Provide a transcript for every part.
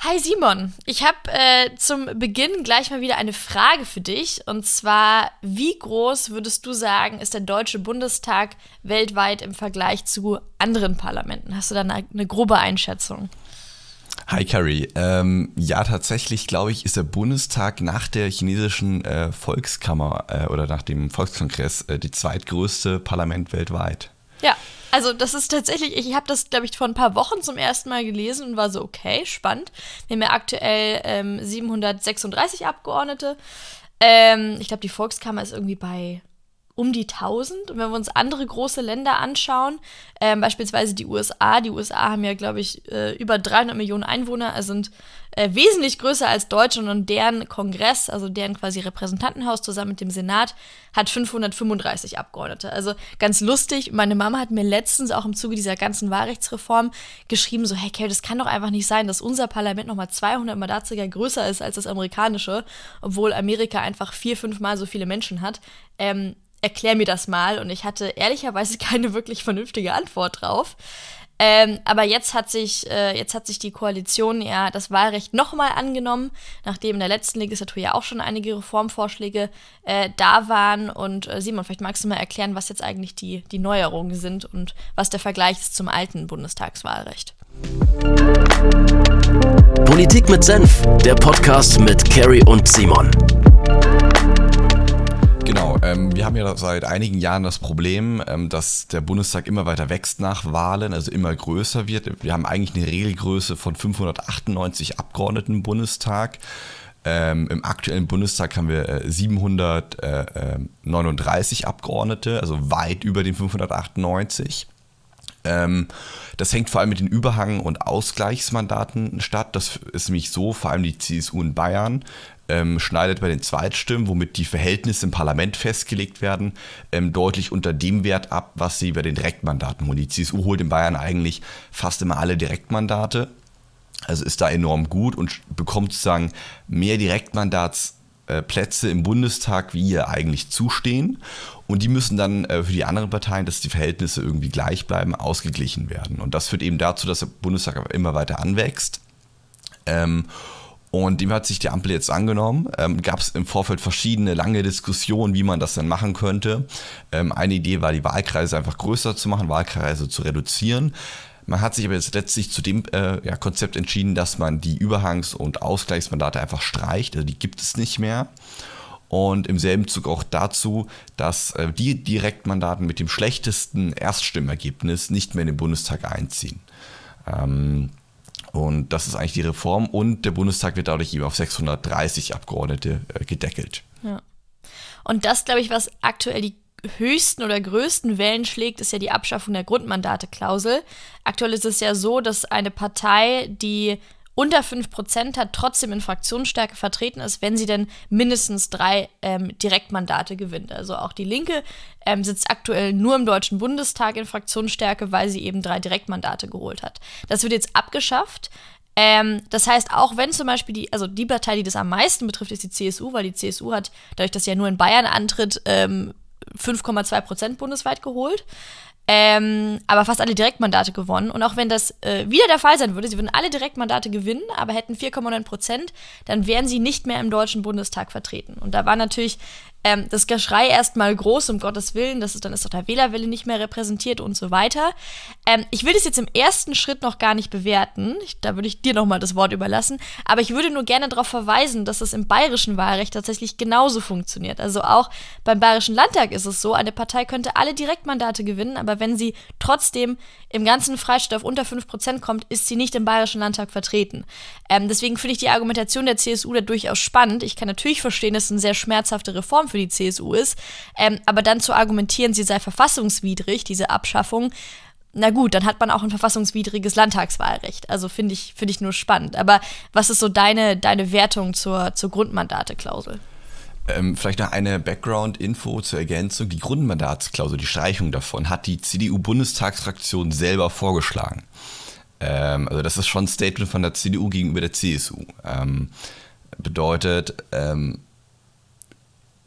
Hi Simon, ich habe zum Beginn gleich mal wieder eine Frage für dich. Und zwar, wie groß würdest du sagen, ist der Deutsche Bundestag weltweit im Vergleich zu anderen Parlamenten? Hast du da eine grobe Einschätzung? Hi Carrie. Ja, tatsächlich glaube ich, ist der Bundestag nach der chinesischen Volkskammer oder nach dem Volkskongress die zweitgrößte Parlament weltweit. Ja, also das ist tatsächlich, ich habe das, glaube ich, vor ein paar Wochen zum ersten Mal gelesen und war so, okay, spannend. Wir haben ja aktuell 736 Abgeordnete. Ich glaube, die Volkskammer ist irgendwie bei um die 1000. Und wenn wir uns andere große Länder anschauen, beispielsweise die USA haben ja, glaube ich, über 300 Millionen Einwohner, also sind wesentlich größer als Deutschland, und deren Kongress, also deren quasi Repräsentantenhaus zusammen mit dem Senat, hat 535 Abgeordnete. Also ganz lustig, meine Mama hat mir letztens auch im Zuge dieser ganzen Wahlrechtsreform geschrieben, so, hey Kate, das kann doch einfach nicht sein, dass unser Parlament nochmal 200 Mandat sogar größer ist als das amerikanische, obwohl Amerika einfach 4-5 Mal so viele Menschen hat. Erklär mir das mal. Und ich hatte ehrlicherweise keine wirklich vernünftige Antwort drauf. Aber jetzt hat sich die Koalition ja das Wahlrecht nochmal angenommen, nachdem in der letzten Legislatur ja auch schon einige Reformvorschläge da waren. Und Simon, vielleicht magst du mal erklären, was jetzt eigentlich die Neuerungen sind und was der Vergleich ist zum alten Bundestagswahlrecht. Politik mit Senf, der Podcast mit Carrie und Simon. Genau, wir haben ja seit einigen Jahren das Problem, dass der Bundestag immer weiter wächst nach Wahlen, also immer größer wird. Wir haben eigentlich eine Regelgröße von 598 Abgeordneten im Bundestag. Im aktuellen Bundestag haben wir 739 Abgeordnete, also weit über den 598. Das hängt vor allem mit den Überhang- und Ausgleichsmandaten statt. Das ist nämlich so, vor allem die CSU in Bayern schneidet bei den Zweitstimmen, womit die Verhältnisse im Parlament festgelegt werden, deutlich unter dem Wert ab, was sie bei den Direktmandaten holen. Die CSU holt in Bayern eigentlich fast immer alle Direktmandate, also ist da enorm gut und bekommt sozusagen mehr Direktmandatsplätze im Bundestag, wie ihr eigentlich zustehen. Und die müssen dann für die anderen Parteien, dass die Verhältnisse irgendwie gleich bleiben, ausgeglichen werden. Und das führt eben dazu, dass der Bundestag aber immer weiter anwächst. Und dem hat sich die Ampel jetzt angenommen. Gab es im Vorfeld verschiedene lange Diskussionen, wie man das dann machen könnte. Eine Idee war, die Wahlkreise einfach größer zu machen, Wahlkreise zu reduzieren. Man hat sich aber jetzt letztlich zu dem Konzept entschieden, dass man die Überhangs- und Ausgleichsmandate einfach streicht. Also die gibt es nicht mehr. Und im selben Zug auch dazu, dass die Direktmandaten mit dem schlechtesten Erststimmergebnis nicht mehr in den Bundestag einziehen. Und das ist eigentlich die Reform. Und der Bundestag wird dadurch eben auf 630 Abgeordnete gedeckelt. Ja. Und das, glaube ich, was aktuell die höchsten oder größten Wellen schlägt, ist ja die Abschaffung der Grundmandateklausel. Aktuell ist es ja so, dass eine Partei, die unter 5% hat, trotzdem in Fraktionsstärke vertreten ist, wenn sie denn mindestens 3 Direktmandate gewinnt. Also auch die Linke sitzt aktuell nur im Deutschen Bundestag in Fraktionsstärke, weil sie eben 3 Direktmandate geholt hat. Das wird jetzt abgeschafft. Das heißt, auch wenn zum Beispiel die Partei, die das am meisten betrifft, ist die CSU, weil die CSU hat, dadurch, dass sie ja nur in Bayern antritt, 5,2% bundesweit geholt. Aber fast alle Direktmandate gewonnen. Und auch wenn das wieder der Fall sein würde, sie würden alle Direktmandate gewinnen, aber hätten 4,9%, dann wären sie nicht mehr im Deutschen Bundestag vertreten. Und da war natürlich das Geschrei erstmal groß, um Gottes Willen, dann ist doch der Wählerwille nicht mehr repräsentiert und so weiter. Ich will das jetzt im ersten Schritt noch gar nicht bewerten, da würde ich dir nochmal das Wort überlassen, aber ich würde nur gerne darauf verweisen, dass es im bayerischen Wahlrecht tatsächlich genauso funktioniert. Also auch beim Bayerischen Landtag ist es so, eine Partei könnte alle Direktmandate gewinnen, aber wenn sie trotzdem im ganzen Freistaat auf unter 5% kommt, ist sie nicht im Bayerischen Landtag vertreten. Deswegen finde ich die Argumentation der CSU da durchaus spannend. Ich kann natürlich verstehen, dass es eine sehr schmerzhafte Reform für die CSU ist, aber dann zu argumentieren, sie sei verfassungswidrig, diese Abschaffung, na gut, dann hat man auch ein verfassungswidriges Landtagswahlrecht. Also finde ich nur spannend. Aber was ist so deine Wertung zur Grundmandateklausel? Vielleicht noch eine Background-Info zur Ergänzung. Die Grundmandatsklausel, die Streichung davon, hat die CDU-Bundestagsfraktion selber vorgeschlagen. Also das ist schon ein Statement von der CDU gegenüber der CSU. Bedeutet,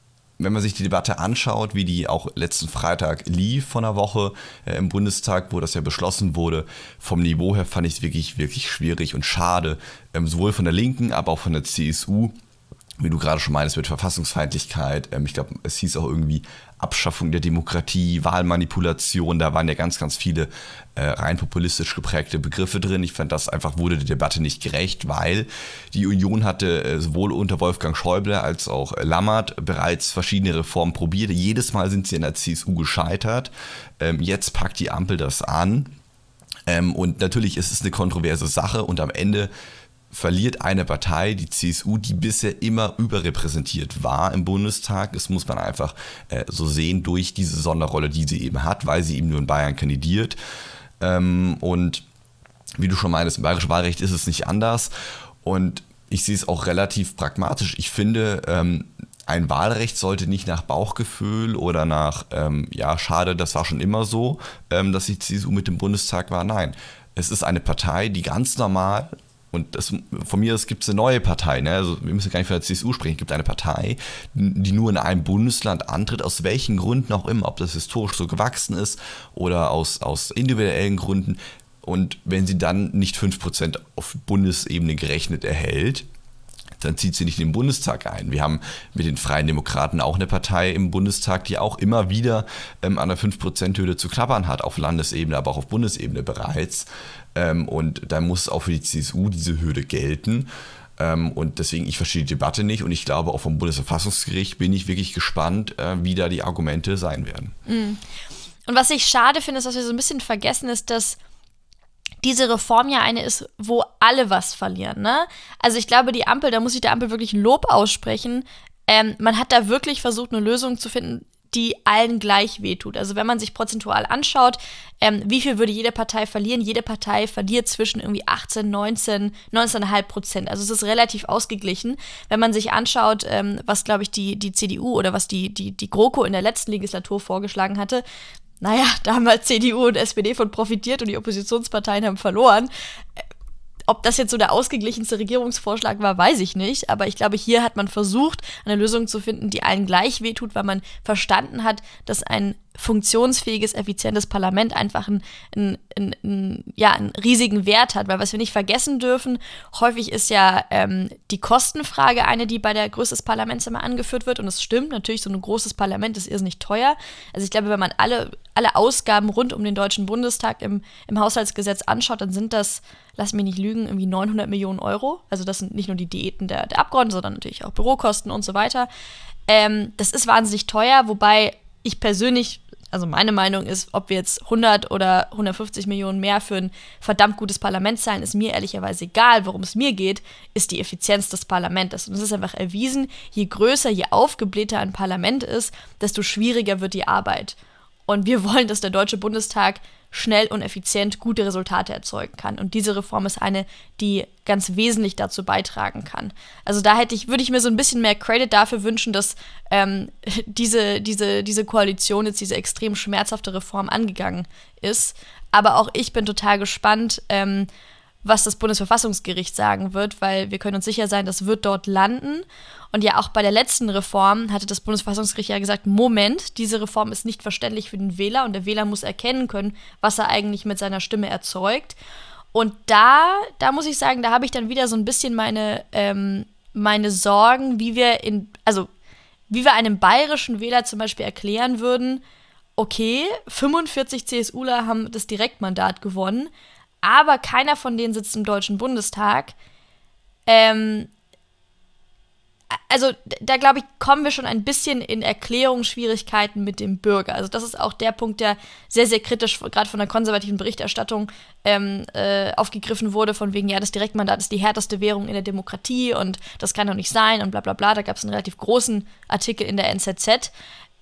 wenn man sich die Debatte anschaut, wie die auch letzten Freitag lief von der Woche im Bundestag, wo das ja beschlossen wurde, vom Niveau her fand ich es wirklich, wirklich schwierig und schade, sowohl von der Linken, aber auch von der CSU, wie du gerade schon meinst, mit Verfassungsfeindlichkeit. Ich glaube, es hieß auch irgendwie Abschaffung der Demokratie, Wahlmanipulation, da waren ja ganz, ganz viele rein populistisch geprägte Begriffe drin. Ich fand, das einfach wurde der Debatte nicht gerecht, weil die Union hatte sowohl unter Wolfgang Schäuble als auch Lammert bereits verschiedene Reformen probiert. Jedes Mal sind sie in der CSU gescheitert. Jetzt packt die Ampel das an. Und natürlich ist es eine kontroverse Sache und am Ende verliert eine Partei, die CSU, die bisher immer überrepräsentiert war im Bundestag. Das muss man einfach so sehen durch diese Sonderrolle, die sie eben hat, weil sie eben nur in Bayern kandidiert. Und wie du schon meinst, im bayerischen Wahlrecht ist es nicht anders. Und ich sehe es auch relativ pragmatisch. Ich finde, ein Wahlrecht sollte nicht nach Bauchgefühl oder nach, schade, das war schon immer so, dass die CSU mit dem Bundestag war. Nein, es ist eine Partei, die ganz normal. Und von mir aus gibt es eine neue Partei, ne? Also wir müssen gar nicht von der CSU sprechen. Es gibt eine Partei, die nur in einem Bundesland antritt, aus welchen Gründen auch immer, ob das historisch so gewachsen ist oder aus individuellen Gründen. Und wenn sie dann nicht 5% auf Bundesebene gerechnet erhält, dann zieht sie nicht in den Bundestag ein. Wir haben mit den Freien Demokraten auch eine Partei im Bundestag, die auch immer wieder an der 5%-Hürde zu knabbern hat, auf Landesebene, aber auch auf Bundesebene bereits. Und da muss auch für die CSU diese Hürde gelten. Und deswegen, ich verstehe die Debatte nicht und ich glaube, auch vom Bundesverfassungsgericht bin ich wirklich gespannt, wie da die Argumente sein werden. Und was ich schade finde, ist, dass wir so ein bisschen vergessen, ist, dass diese Reform ja eine ist, wo alle was verlieren, ne? Also ich glaube, die Ampel, da muss ich der Ampel wirklich ein Lob aussprechen. Man hat da wirklich versucht, eine Lösung zu finden, die allen gleich wehtut. Also wenn man sich prozentual anschaut, wie viel würde jede Partei verlieren? Jede Partei verliert zwischen irgendwie 18, 19, 19,5%. Also es ist relativ ausgeglichen. Wenn man sich anschaut, was, glaube ich, die CDU oder was die GroKo in der letzten Legislatur vorgeschlagen hatte, naja, da haben halt CDU und SPD von profitiert und die Oppositionsparteien haben verloren. Ob das jetzt so der ausgeglichenste Regierungsvorschlag war, weiß ich nicht. Aber ich glaube, hier hat man versucht, eine Lösung zu finden, die allen gleich wehtut, weil man verstanden hat, dass ein funktionsfähiges, effizientes Parlament einfach einen riesigen Wert hat. Weil was wir nicht vergessen dürfen, häufig ist ja die Kostenfrage eine, die bei der Größe des Parlaments immer angeführt wird. Und es stimmt, natürlich, so ein großes Parlament ist irrsinnig teuer. Also ich glaube, wenn man alle Ausgaben rund um den Deutschen Bundestag im Haushaltsgesetz anschaut, dann sind das, lass mich nicht lügen, irgendwie 900 Millionen Euro. Also das sind nicht nur die Diäten der Abgeordneten, sondern natürlich auch Bürokosten und so weiter. Das ist wahnsinnig teuer, wobei ich persönlich, also meine Meinung ist, ob wir jetzt 100 oder 150 Millionen mehr für ein verdammt gutes Parlament zahlen, ist mir ehrlicherweise egal. Worum es mir geht, ist die Effizienz des Parlaments. Und es ist einfach erwiesen, je größer, je aufgeblähter ein Parlament ist, desto schwieriger wird die Arbeit. Und wir wollen, dass der Deutsche Bundestag schnell und effizient gute Resultate erzeugen kann. Und diese Reform ist eine, die ganz wesentlich dazu beitragen kann. Also da würde ich mir so ein bisschen mehr Credit dafür wünschen, dass diese Koalition jetzt diese extrem schmerzhafte Reform angegangen ist. Aber auch ich bin total gespannt, was das Bundesverfassungsgericht sagen wird, weil wir können uns sicher sein, das wird dort landen. Und ja, auch bei der letzten Reform hatte das Bundesverfassungsgericht ja gesagt, Moment, diese Reform ist nicht verständlich für den Wähler und der Wähler muss erkennen können, was er eigentlich mit seiner Stimme erzeugt. Und da muss ich sagen, da habe ich dann wieder so ein bisschen meine Sorgen, wie wir einem bayerischen Wähler zum Beispiel erklären würden, okay, 45 CSUler haben das Direktmandat gewonnen, aber keiner von denen sitzt im Deutschen Bundestag. Also da, glaube ich, kommen wir schon ein bisschen in Erklärungsschwierigkeiten mit dem Bürger. Also das ist auch der Punkt, der sehr, sehr kritisch, gerade von der konservativen Berichterstattung aufgegriffen wurde, von wegen, ja, das Direktmandat ist die härteste Währung in der Demokratie und das kann doch nicht sein und bla bla bla. Da gab es einen relativ großen Artikel in der NZZ.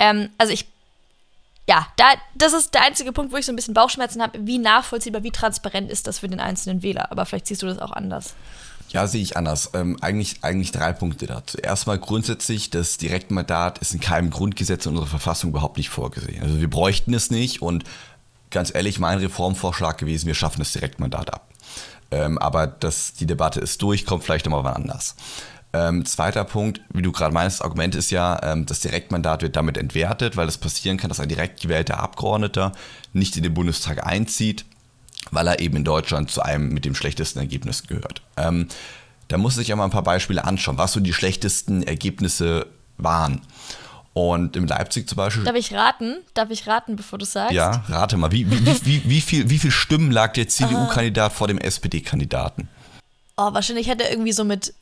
Das ist der einzige Punkt, wo ich so ein bisschen Bauchschmerzen habe, wie nachvollziehbar, wie transparent ist das für den einzelnen Wähler. Aber vielleicht siehst du das auch anders. Ja, sehe ich anders. Eigentlich 3 Punkte dazu. Erstmal grundsätzlich, das Direktmandat ist in keinem Grundgesetz in unserer Verfassung überhaupt nicht vorgesehen. Also wir bräuchten es nicht und ganz ehrlich, mein Reformvorschlag gewesen, wir schaffen das Direktmandat ab. Aber die Debatte ist durch, kommt vielleicht nochmal wann anders. Zweiter Punkt, wie du gerade meinst, das Argument ist ja, das Direktmandat wird damit entwertet, weil es passieren kann, dass ein direkt gewählter Abgeordneter nicht in den Bundestag einzieht, weil er eben in Deutschland zu einem mit dem schlechtesten Ergebnis gehört. Da muss sich ja mal ein paar Beispiele anschauen, was so die schlechtesten Ergebnisse waren. Und in Leipzig zum Beispiel... Darf ich raten, bevor du sagst? Ja, rate mal. Wie viel Stimmen lag der CDU-Kandidat vor dem SPD-Kandidaten? Oh, wahrscheinlich hätte er irgendwie so mit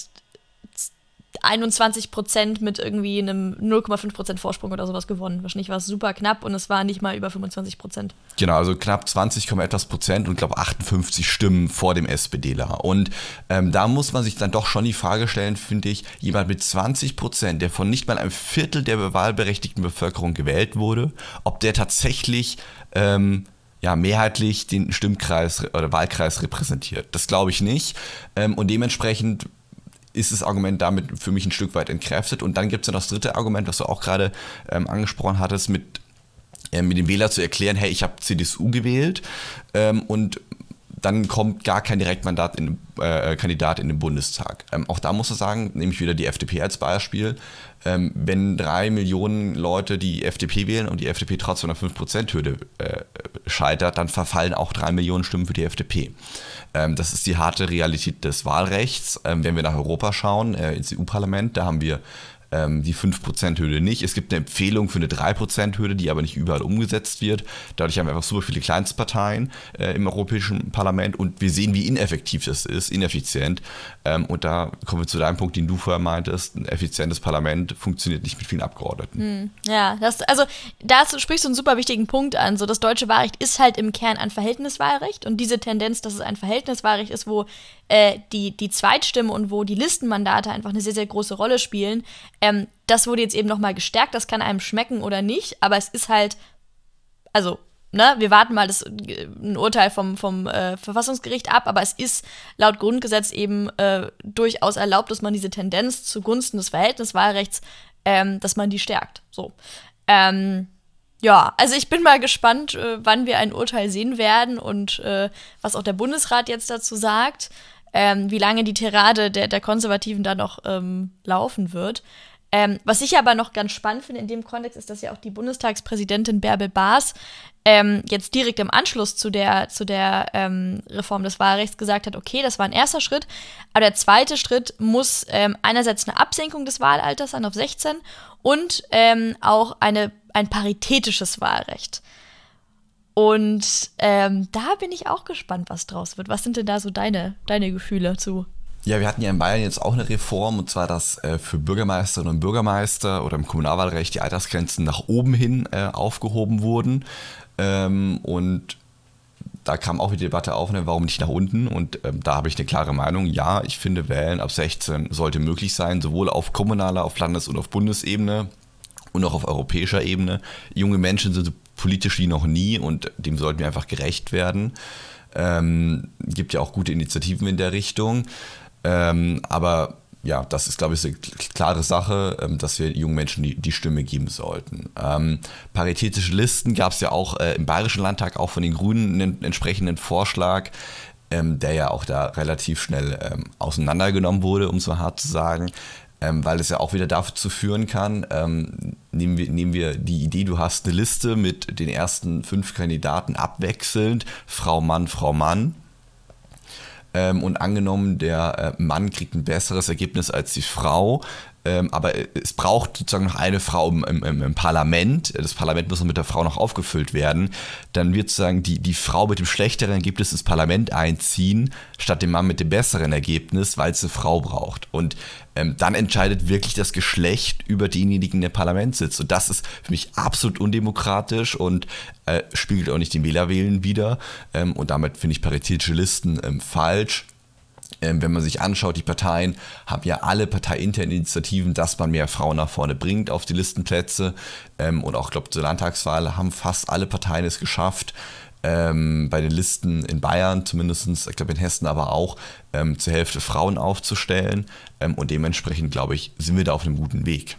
21% mit irgendwie einem 0,5% Vorsprung oder sowas gewonnen. Wahrscheinlich war es super knapp und es war nicht mal über 25%. Genau, also knapp 20, etwas Prozent und glaube 58 Stimmen vor dem SPDler. Und da muss man sich dann doch schon die Frage stellen, finde ich, jemand mit 20%, der von nicht mal einem Viertel der wahlberechtigten Bevölkerung gewählt wurde, ob der tatsächlich mehrheitlich den Stimmkreis oder Wahlkreis repräsentiert. Das glaube ich nicht. Und dementsprechend ist das Argument damit für mich ein Stück weit entkräftet. Und dann gibt es ja noch das dritte Argument, was du auch gerade angesprochen hattest, mit dem Wähler zu erklären, hey, ich habe CDU gewählt und dann kommt gar kein Kandidat in den Bundestag. Auch da muss man sagen, nehme ich wieder die FDP als Beispiel, wenn 3 Millionen Leute die FDP wählen und die FDP trotzdem an der 5%-Hürde scheitert, dann verfallen auch 3 Millionen Stimmen für die FDP. Das ist die harte Realität des Wahlrechts. Wenn wir nach Europa schauen, ins EU-Parlament, da haben wir die 5%-Hürde nicht. Es gibt eine Empfehlung für eine 3%-Hürde, die aber nicht überall umgesetzt wird. Dadurch haben wir einfach super viele Kleinstparteien im Europäischen Parlament und wir sehen, wie ineffektiv das ist, ineffizient. Und da kommen wir zu deinem Punkt, den du vorher meintest, ein effizientes Parlament funktioniert nicht mit vielen Abgeordneten. Ja, da sprichst du einen super wichtigen Punkt an. So, das deutsche Wahlrecht ist halt im Kern ein Verhältniswahlrecht und diese Tendenz, dass es ein Verhältniswahlrecht ist, wo die Zweitstimme und wo die Listenmandate einfach eine sehr, sehr große Rolle spielen, das wurde jetzt eben nochmal gestärkt. Das kann einem schmecken oder nicht, aber es ist halt, also, ne, wir warten mal ein Urteil vom Verfassungsgericht ab, aber es ist laut Grundgesetz eben durchaus erlaubt, dass man diese Tendenz zugunsten des Verhältniswahlrechts, dass man die stärkt. So. Ja, also ich bin mal gespannt, wann wir ein Urteil sehen werden und was auch der Bundesrat jetzt dazu sagt, wie lange die Tirade der Konservativen da noch laufen wird. Was ich aber noch ganz spannend finde in dem Kontext, ist, dass ja auch die Bundestagspräsidentin Bärbel Baas jetzt direkt im Anschluss zu der Reform des Wahlrechts gesagt hat, okay, das war ein erster Schritt, aber der zweite Schritt muss einerseits eine Absenkung des Wahlalters sein auf 16 und auch ein paritätisches Wahlrecht. Und da bin ich auch gespannt, was draus wird. Was sind denn da so deine Gefühle zu? Ja, wir hatten ja in Bayern jetzt auch eine Reform, und zwar, dass für Bürgermeisterinnen und Bürgermeister oder im Kommunalwahlrecht die Altersgrenzen nach oben hin aufgehoben wurden. Und da kam auch die Debatte auf, warum nicht nach unten? Und da habe ich eine klare Meinung. Ja, ich finde, Wählen ab 16 sollte möglich sein, sowohl auf kommunaler, auf Landes- und auf Bundesebene und auch auf europäischer Ebene. Junge Menschen sind so politisch wie noch nie und dem sollten wir einfach gerecht werden. Gibt ja auch gute Initiativen in der Richtung. Aber ja, das ist, glaube ich, eine klare Sache, dass wir jungen Menschen die Stimme geben sollten. Paritätische Listen gab es ja auch im Bayerischen Landtag, auch von den Grünen einen entsprechenden Vorschlag, der ja auch da relativ schnell auseinandergenommen wurde, um es mal hart zu sagen, weil es ja auch wieder dazu führen kann, nehmen wir die Idee, du hast eine Liste mit den ersten 5 Kandidaten abwechselnd, Frau Mann, und angenommen, der Mann kriegt ein besseres Ergebnis als die Frau, aber es braucht sozusagen noch eine Frau im Parlament, das Parlament muss noch mit der Frau noch aufgefüllt werden, dann wird sozusagen die Frau mit dem schlechteren Ergebnis ins Parlament einziehen, statt dem Mann mit dem besseren Ergebnis, weil es eine Frau braucht. Und dann entscheidet wirklich das Geschlecht über denjenigen, der im Parlament sitzt. Und das ist für mich absolut undemokratisch und spiegelt auch nicht den Wählerwillen wider. Und damit finde ich paritätische Listen falsch. Wenn man sich anschaut, die Parteien haben ja alle parteiinternen Initiativen, dass man mehr Frauen nach vorne bringt auf die Listenplätze. Und auch, glaube ich, zur Landtagswahl haben fast alle Parteien es geschafft, bei den Listen in Bayern zumindest, ich glaube in Hessen aber auch, zur Hälfte Frauen aufzustellen. Und dementsprechend, glaube ich, sind wir da auf einem guten Weg.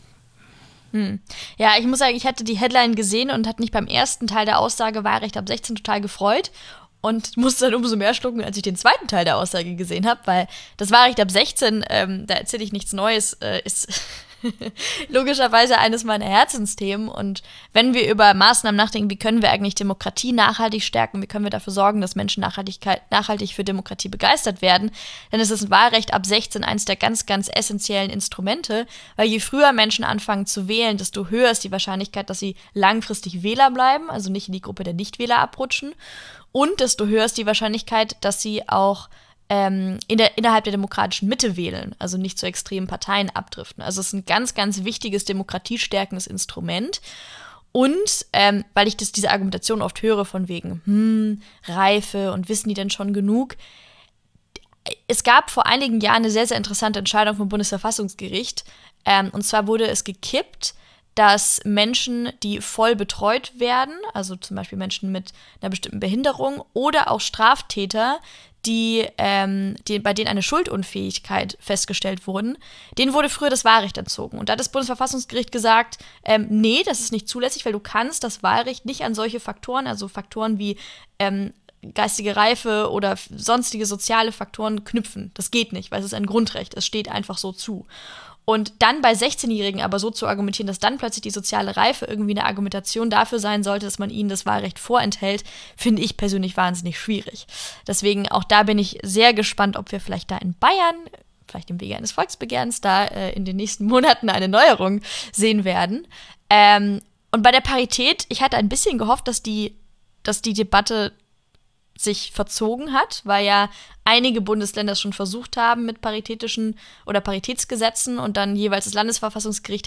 Ja, ich muss sagen, ich hatte die Headline gesehen und hatte mich beim ersten Teil der Aussage Wahlrecht ab 16 total gefreut. und musste dann umso mehr schlucken, als ich den zweiten Teil der Aussage gesehen habe, weil das Wahlrecht ab 16, da erzähle ich nichts Neues, ist logischerweise eines meiner Herzensthemen. Und wenn wir über Maßnahmen nachdenken, wie können wir eigentlich Demokratie nachhaltig stärken, wie können wir dafür sorgen, dass Menschen nachhaltig für Demokratie begeistert werden, dann ist das Wahlrecht ab 16 eines der ganz, ganz essentiellen Instrumente, weil je früher Menschen anfangen zu wählen, desto höher ist die Wahrscheinlichkeit, dass sie langfristig Wähler bleiben, also nicht in die Gruppe der Nichtwähler abrutschen, und desto höher ist die Wahrscheinlichkeit, dass sie auch innerhalb der demokratischen Mitte wählen, also nicht zu extremen Parteien abdriften. Also es ist ein ganz, ganz wichtiges demokratiestärkendes Instrument. Und weil ich diese Argumentation oft höre von wegen Reife und wissen die denn schon genug? Es gab vor einigen Jahren eine sehr, sehr interessante Entscheidung vom Bundesverfassungsgericht. Und zwar wurde es gekippt, dass Menschen, die voll betreut werden, also zum Beispiel Menschen mit einer bestimmten Behinderung oder auch Straftäter, bei denen eine Schuldunfähigkeit festgestellt wurden, denen wurde früher das Wahlrecht entzogen. Und da hat das Bundesverfassungsgericht gesagt, nee, das ist nicht zulässig, weil du kannst das Wahlrecht nicht an solche Faktoren, also Faktoren wie geistige Reife oder sonstige soziale Faktoren knüpfen. Das geht nicht, weil es ist ein Grundrecht. Es steht einfach so zu. Und dann bei 16-Jährigen aber so zu argumentieren, dass dann plötzlich die soziale Reife irgendwie eine Argumentation dafür sein sollte, dass man ihnen das Wahlrecht vorenthält, finde ich persönlich wahnsinnig schwierig. Deswegen auch da bin ich sehr gespannt, ob wir vielleicht da in Bayern, vielleicht im Wege eines Volksbegehrens, da in den nächsten Monaten eine Neuerung sehen werden. Und bei der Parität, ich hatte ein bisschen gehofft, dass die Debatte sich verzogen hat, weil ja einige Bundesländer es schon versucht haben mit paritätischen oder Paritätsgesetzen und dann jeweils das Landesverfassungsgericht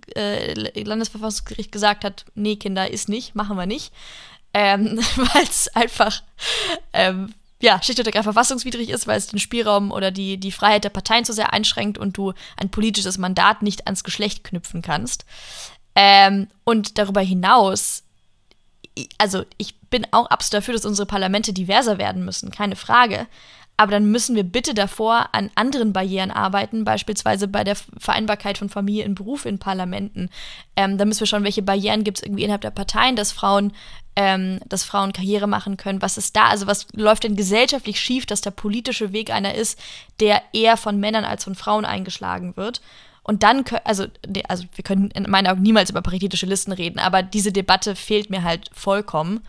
gesagt hat, nee, Kinder, ist nicht, machen wir nicht, weil es einfach schlicht und ergreifend verfassungswidrig ist, weil es den Spielraum oder die Freiheit der Parteien zu sehr einschränkt und du ein politisches Mandat nicht ans Geschlecht knüpfen kannst. Und darüber hinaus, also ich bin auch absolut dafür, dass unsere Parlamente diverser werden müssen, keine Frage. Aber dann müssen wir bitte davor an anderen Barrieren arbeiten, beispielsweise bei der Vereinbarkeit von Familie und Beruf in Parlamenten. Da müssen wir schauen, welche Barrieren gibt es irgendwie innerhalb der Parteien, dass Frauen Karriere machen können. Was ist da? Also was läuft denn gesellschaftlich schief, dass der politische Weg einer ist, der eher von Männern als von Frauen eingeschlagen wird? Und dann, wir können in meinen Augen niemals über paritätische Listen reden, aber diese Debatte fehlt mir halt vollkommen.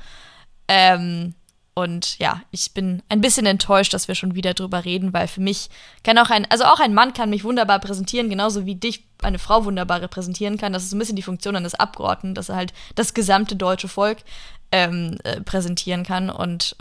Und ja, ich bin ein bisschen enttäuscht, dass wir schon wieder drüber reden, weil für mich kann auch ein Mann kann mich wunderbar präsentieren, genauso wie dich eine Frau wunderbar repräsentieren kann. Das ist so ein bisschen die Funktion eines Abgeordneten, dass er halt das gesamte deutsche Volk präsentieren kann. Und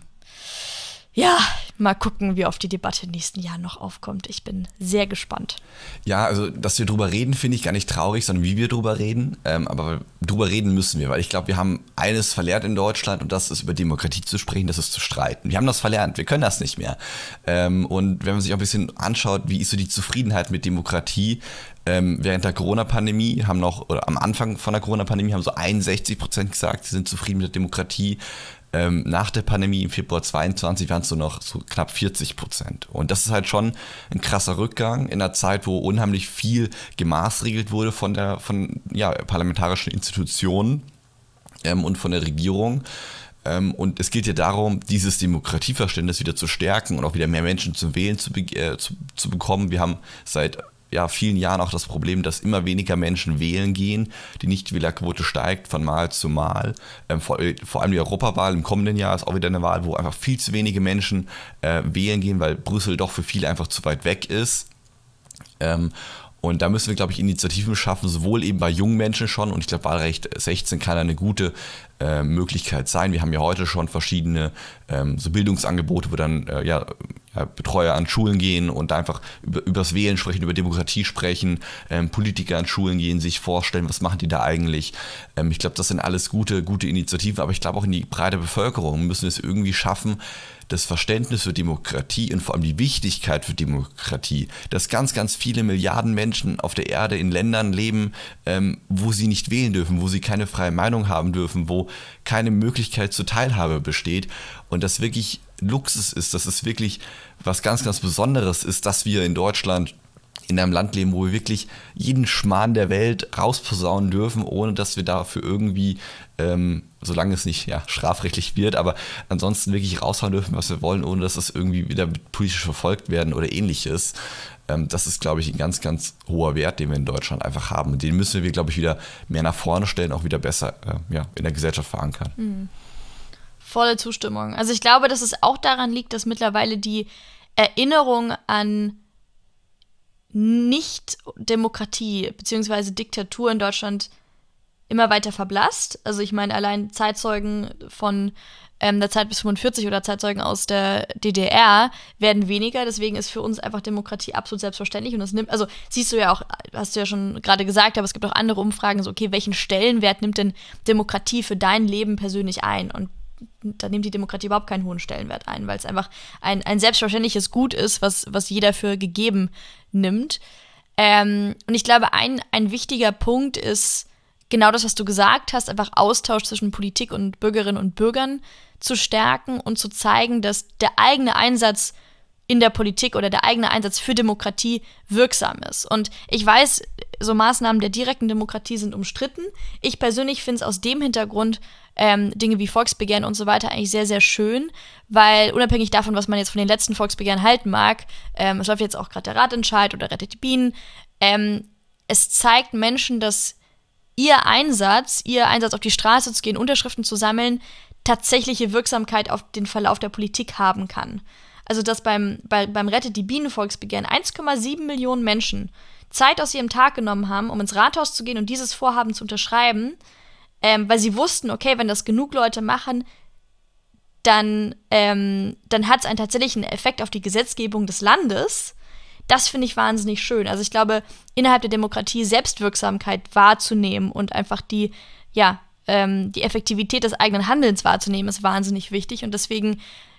mal gucken, wie oft die Debatte in den nächsten Jahren noch aufkommt. Ich bin sehr gespannt. Ja, also, dass wir drüber reden, finde ich gar nicht traurig, sondern wie wir drüber reden. Aber drüber reden müssen wir, weil ich glaube, wir haben eines verlernt in Deutschland und das ist, über Demokratie zu sprechen, das ist zu streiten. Wir haben das verlernt, wir können das nicht mehr. Und wenn man sich auch ein bisschen anschaut, wie ist so die Zufriedenheit mit Demokratie, während der Corona-Pandemie am Anfang von der Corona-Pandemie haben so 61% gesagt, sie sind zufrieden mit der Demokratie. Nach der Pandemie im Februar 2022 waren es so noch so knapp 40%. Und das ist halt schon ein krasser Rückgang in einer Zeit, wo unheimlich viel gemaßregelt wurde von parlamentarischen Institutionen und von der Regierung. Und es geht ja darum, dieses Demokratieverständnis wieder zu stärken und auch wieder mehr Menschen zum Wählen zu bekommen. Wir haben seit vielen Jahren auch das Problem, dass immer weniger Menschen wählen gehen. Die Nichtwählerquote steigt von Mal zu Mal. Vor allem die Europawahl im kommenden Jahr ist auch wieder eine Wahl, wo einfach viel zu wenige Menschen wählen gehen, weil Brüssel doch für viele einfach zu weit weg ist. Und da müssen wir, glaube ich, Initiativen schaffen, sowohl eben bei jungen Menschen schon, und ich glaube, Wahlrecht 16 kann eine gute Möglichkeit sein. Wir haben ja heute schon verschiedene so Bildungsangebote, wo dann Betreuer an Schulen gehen und einfach übers Wählen sprechen, über Demokratie sprechen, Politiker an Schulen gehen, sich vorstellen, was machen die da eigentlich. Ich glaube, das sind alles gute Initiativen, aber ich glaube auch in die breite Bevölkerung müssen wir es irgendwie schaffen, das Verständnis für Demokratie und vor allem die Wichtigkeit für Demokratie, dass ganz, ganz viele Milliarden Menschen auf der Erde in Ländern leben, wo sie nicht wählen dürfen, wo sie keine freie Meinung haben dürfen, wo keine Möglichkeit zur Teilhabe besteht und das wirklich Luxus ist, dass es wirklich was ganz, ganz Besonderes ist, dass wir in Deutschland in einem Land leben, wo wir wirklich jeden Schmarrn der Welt rausposaunen dürfen, ohne dass wir dafür irgendwie, solange es nicht strafrechtlich wird, aber ansonsten wirklich raushauen dürfen, was wir wollen, ohne dass das irgendwie wieder politisch verfolgt werden oder ähnliches. Das ist, glaube ich, ein ganz, ganz hoher Wert, den wir in Deutschland einfach haben. Und den müssen wir, glaube ich, wieder mehr nach vorne stellen, auch wieder besser in der Gesellschaft verankern. Mhm. Volle Zustimmung. Also ich glaube, dass es auch daran liegt, dass mittlerweile die Erinnerung an Nicht-Demokratie bzw. Diktatur in Deutschland immer weiter verblasst. Also ich meine, allein Zeitzeugen von der Zeit bis 45 oder Zeitzeugen aus der DDR werden weniger. Deswegen ist für uns einfach Demokratie absolut selbstverständlich. Und das nimmt, also siehst du ja auch, hast du ja schon gerade gesagt, aber es gibt auch andere Umfragen, so okay, welchen Stellenwert nimmt denn Demokratie für dein Leben persönlich ein? Und da nimmt die Demokratie überhaupt keinen hohen Stellenwert ein, weil es einfach ein selbstverständliches Gut ist, was jeder für gegeben nimmt. Und ich glaube, ein wichtiger Punkt ist genau das, was du gesagt hast, einfach Austausch zwischen Politik und Bürgerinnen und Bürgern zu stärken und zu zeigen, dass der eigene Einsatz in der Politik oder der eigene Einsatz für Demokratie wirksam ist. Und ich weiß, so Maßnahmen der direkten Demokratie sind umstritten. Ich persönlich finde es aus dem Hintergrund Dinge wie Volksbegehren und so weiter eigentlich sehr, sehr schön, weil unabhängig davon, was man jetzt von den letzten Volksbegehren halten mag, es läuft jetzt auch gerade der Ratentscheid oder Rettet die Bienen, es zeigt Menschen, dass ihr Einsatz auf die Straße zu gehen, Unterschriften zu sammeln, tatsächliche Wirksamkeit auf den Verlauf der Politik haben kann. Also dass beim Rettet die Bienen-Volksbegehren 1,7 Millionen Menschen Zeit aus ihrem Tag genommen haben, um ins Rathaus zu gehen und dieses Vorhaben zu unterschreiben, weil sie wussten, okay, wenn das genug Leute machen, dann hat es einen tatsächlichen Effekt auf die Gesetzgebung des Landes. Das finde ich wahnsinnig schön. Also ich glaube, innerhalb der Demokratie Selbstwirksamkeit wahrzunehmen und einfach die Effektivität des eigenen Handelns wahrzunehmen, ist wahnsinnig wichtig. Und deswegen,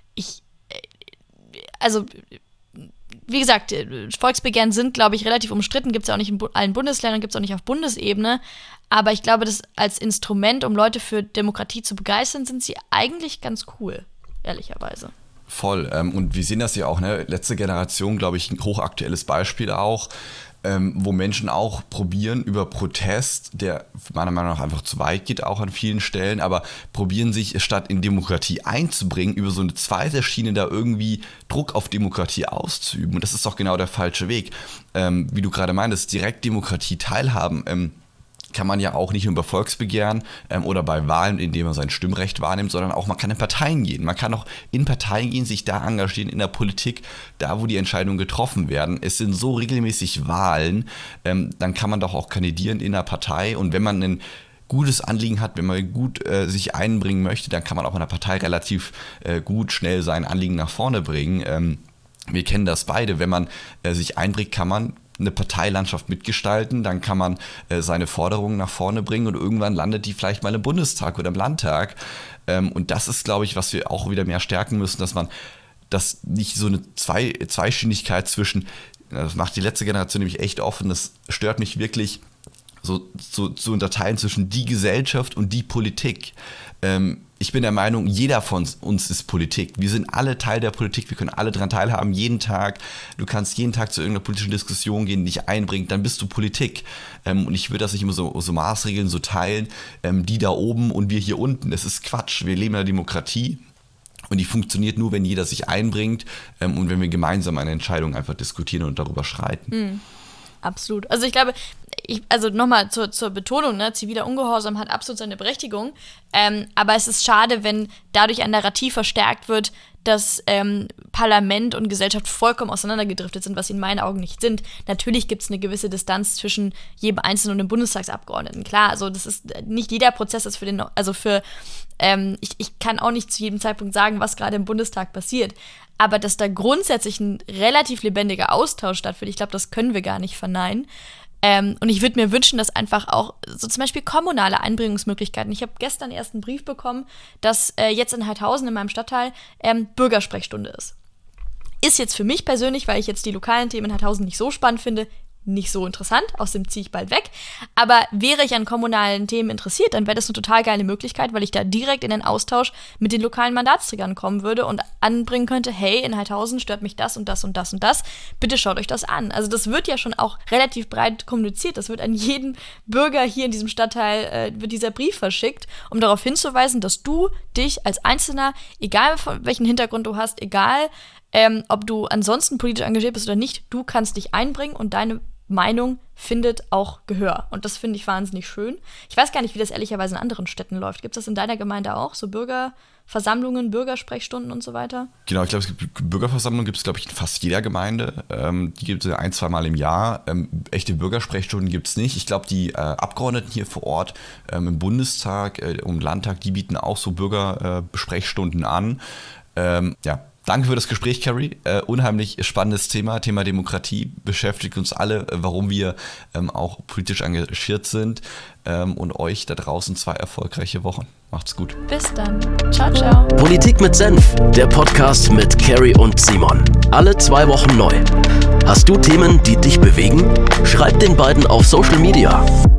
wie gesagt, Volksbegehren sind, glaube ich, relativ umstritten. Gibt es ja auch nicht in allen Bundesländern, gibt es auch nicht auf Bundesebene. Aber ich glaube, dass als Instrument, um Leute für Demokratie zu begeistern, sind sie eigentlich ganz cool, ehrlicherweise. Voll. Und wir sehen das ja auch, ne? Letzte Generation, glaube ich, ein hochaktuelles Beispiel auch, wo Menschen auch probieren über Protest, der meiner Meinung nach einfach zu weit geht, auch an vielen Stellen, aber probieren sich, statt in Demokratie einzubringen, über so eine zweite Schiene da irgendwie Druck auf Demokratie auszuüben. Und das ist doch genau der falsche Weg. Wie du gerade meintest, Direktdemokratie teilhaben, kann man ja auch nicht nur über Volksbegehren oder bei Wahlen, indem man sein Stimmrecht wahrnimmt, sondern auch, man kann in Parteien gehen. Man kann auch in Parteien gehen, sich da engagieren, in der Politik, da wo die Entscheidungen getroffen werden. Es sind so regelmäßig Wahlen, dann kann man doch auch kandidieren in der Partei. Und wenn man ein gutes Anliegen hat, wenn man gut sich einbringen möchte, dann kann man auch in der Partei relativ gut, schnell sein Anliegen nach vorne bringen. Wir kennen das beide. Wenn man sich einbringt, kann man eine Parteilandschaft mitgestalten, dann kann man seine Forderungen nach vorne bringen und irgendwann landet die vielleicht mal im Bundestag oder im Landtag. Und das ist, glaube ich, was wir auch wieder mehr stärken müssen, dass man das nicht so eine Zweiständigkeit zwischen, das macht die letzte Generation nämlich echt offen, das stört mich wirklich, so zu unterteilen zwischen die Gesellschaft und die Politik. Ich bin der Meinung, jeder von uns ist Politik. Wir sind alle Teil der Politik, wir können alle daran teilhaben, jeden Tag. Du kannst jeden Tag zu irgendeiner politischen Diskussion gehen, dich einbringen, dann bist du Politik. Und ich würde das nicht immer so Maßregeln so teilen, die da oben und wir hier unten. Das ist Quatsch. Wir leben in einer Demokratie und die funktioniert nur, wenn jeder sich einbringt und wenn wir gemeinsam eine Entscheidung einfach diskutieren und darüber streiten. Absolut. Also ich glaube, nochmal zur Betonung, ne, ziviler Ungehorsam hat absolut seine Berechtigung, aber es ist schade, wenn dadurch ein Narrativ verstärkt wird, dass Parlament und Gesellschaft vollkommen auseinandergedriftet sind, was sie in meinen Augen nicht sind. Natürlich gibt es eine gewisse Distanz zwischen jedem Einzelnen und dem Bundestagsabgeordneten. Klar, also das ist nicht jeder Prozess ist ich kann auch nicht zu jedem Zeitpunkt sagen, was gerade im Bundestag passiert. Aber dass da grundsätzlich ein relativ lebendiger Austausch stattfindet, ich glaube, das können wir gar nicht verneinen. Und ich würde mir wünschen, dass einfach auch so zum Beispiel kommunale Einbringungsmöglichkeiten. Ich habe gestern erst einen Brief bekommen, dass jetzt in Heidhausen, in meinem Stadtteil, Bürgersprechstunde ist. Ist jetzt für mich persönlich, weil ich jetzt die lokalen Themen in Heidhausen nicht so spannend finde, nicht so interessant, außerdem ziehe ich bald weg. Aber wäre ich an kommunalen Themen interessiert, dann wäre das eine total geile Möglichkeit, weil ich da direkt in den Austausch mit den lokalen Mandatsträgern kommen würde und anbringen könnte, hey, in Heidhausen stört mich das und das und das und das, bitte schaut euch das an. Also das wird ja schon auch relativ breit kommuniziert, das wird an jeden Bürger hier in diesem Stadtteil, wird dieser Brief verschickt, um darauf hinzuweisen, dass du dich als Einzelner, egal welchen Hintergrund du hast, egal ob du ansonsten politisch engagiert bist oder nicht, du kannst dich einbringen und deine Meinung findet auch Gehör. Und das finde ich wahnsinnig schön. Ich weiß gar nicht, wie das ehrlicherweise in anderen Städten läuft. Gibt es das in deiner Gemeinde auch? So Bürgerversammlungen, Bürgersprechstunden und so weiter? Genau, ich glaube, Bürgerversammlungen gibt es, glaube ich, in fast jeder Gemeinde. Die gibt es 1-2 Mal im Jahr. Echte Bürgersprechstunden gibt es nicht. Ich glaube, die Abgeordneten hier vor Ort im Bundestag, im Landtag, die bieten auch so Bürgersprechstunden an. Danke für das Gespräch, Carrie. Unheimlich spannendes Thema Demokratie, beschäftigt uns alle, warum wir auch politisch engagiert sind und euch da draußen 2 erfolgreiche Wochen. Macht's gut. Bis dann. Ciao, ciao. Politik mit Senf, der Podcast mit Carrie und Simon. Alle 2 Wochen neu. Hast du Themen, die dich bewegen? Schreib den beiden auf Social Media.